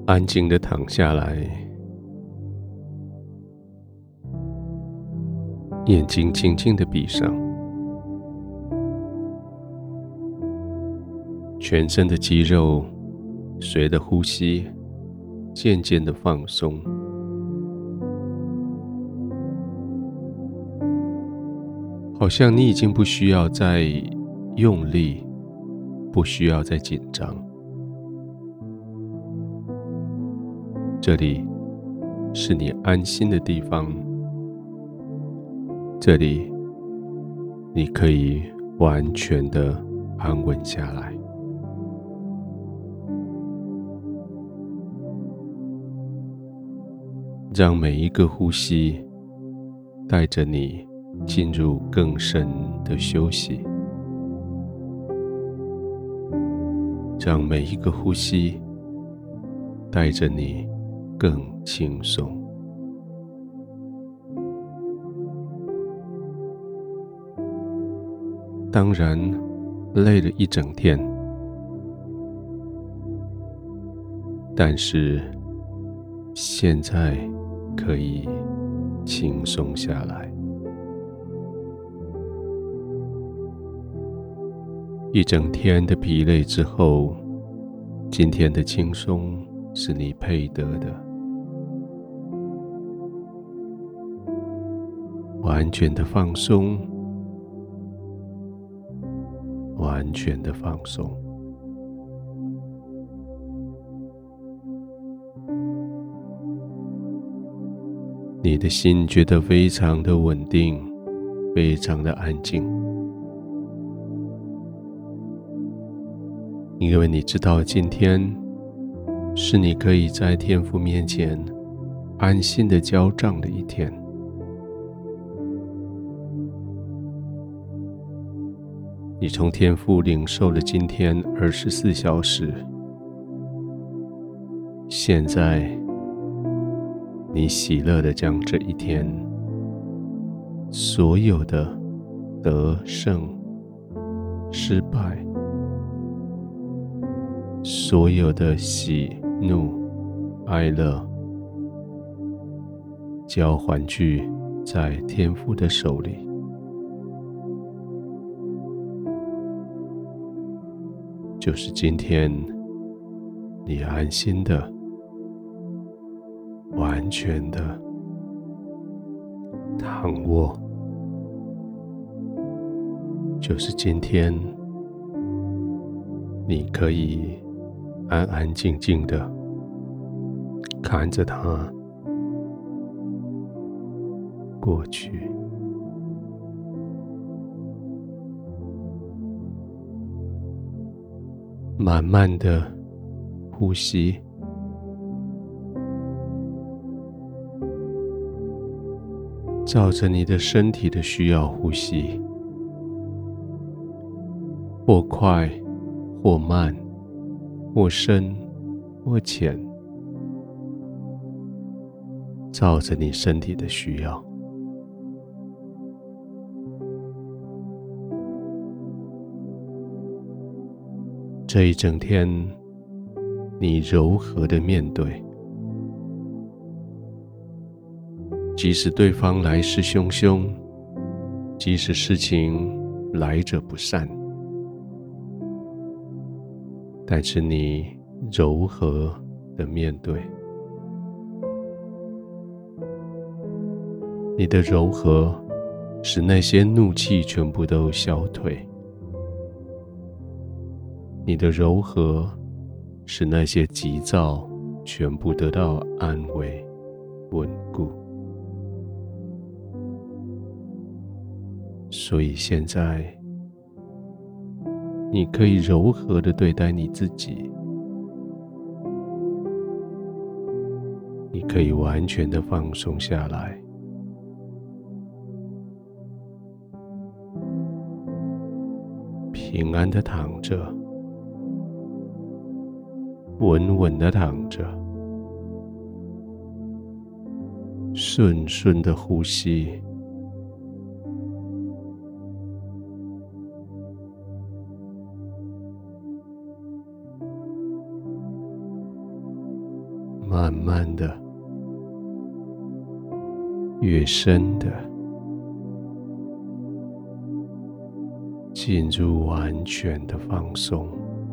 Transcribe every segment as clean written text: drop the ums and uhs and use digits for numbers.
安静地躺下来，眼睛轻轻地闭上，全身的肌肉随着呼吸渐渐地放松，好像你已经不需要再用力，不需要再紧张。这里是你安心的地方，这里你可以完全的安稳下来。让每一个呼吸带着你进入更深的休息，让每一个呼吸带着你更轻松。当然，累了一整天，但是现在可以轻松下来。一整天的疲累之后，今天的轻松是你配得的。完全的放松，完全的放松。你的心觉得非常的稳定，非常的安静，因为你知道今天是你可以在天父面前安心的交账的一天。你从天父领受了今天24小时，现在你喜乐地将这一天所有的得胜、失败，所有的喜怒哀乐，交还去在天父的手里。就是今天你安心的、完全的躺卧，就是今天你可以安安静静的看着它过去。慢慢的呼吸，照着你的身体的需要呼吸，或快或慢，或深或浅，照着你身体的需要。这一整天你柔和的面对，即使对方来势汹汹，即使事情来者不善，但是你柔和的面对，你的柔和使那些怒气全部都消退，你的柔和使那些急躁全部得到安慰稳固。所以现在你可以柔和地对待你自己，你可以完全地放松下来，平安地躺着，稳稳地躺着，顺顺地呼吸， 慢慢的、越深的进入完全的放松。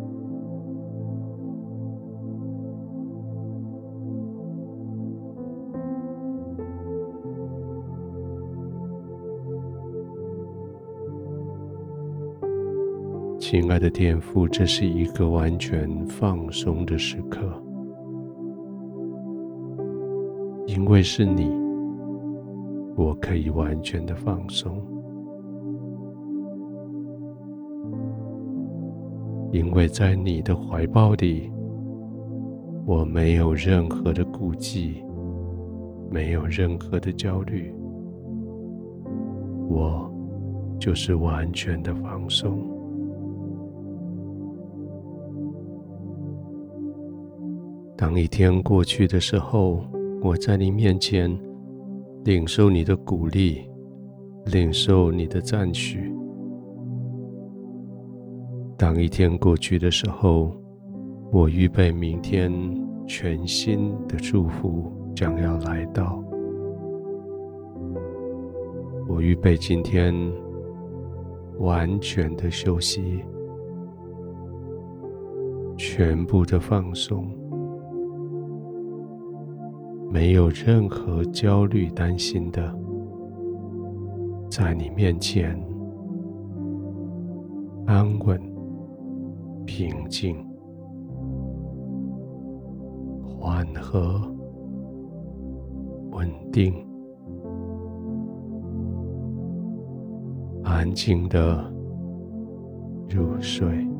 亲爱的天父，这是一个完全放松的时刻，因为是你，我可以完全的放松，因为在你的怀抱里，我没有任何的顾忌，没有任何的焦虑，我就是完全的放松。当一天过去的时候，我在你面前领受你的鼓励，领受你的赞许。当一天过去的时候，我预备明天全新的祝福将要来到。我预备今天完全的休息，全部的放松，没有任何焦虑担心的，在你面前安稳、平静、缓和、稳定，安静的入睡。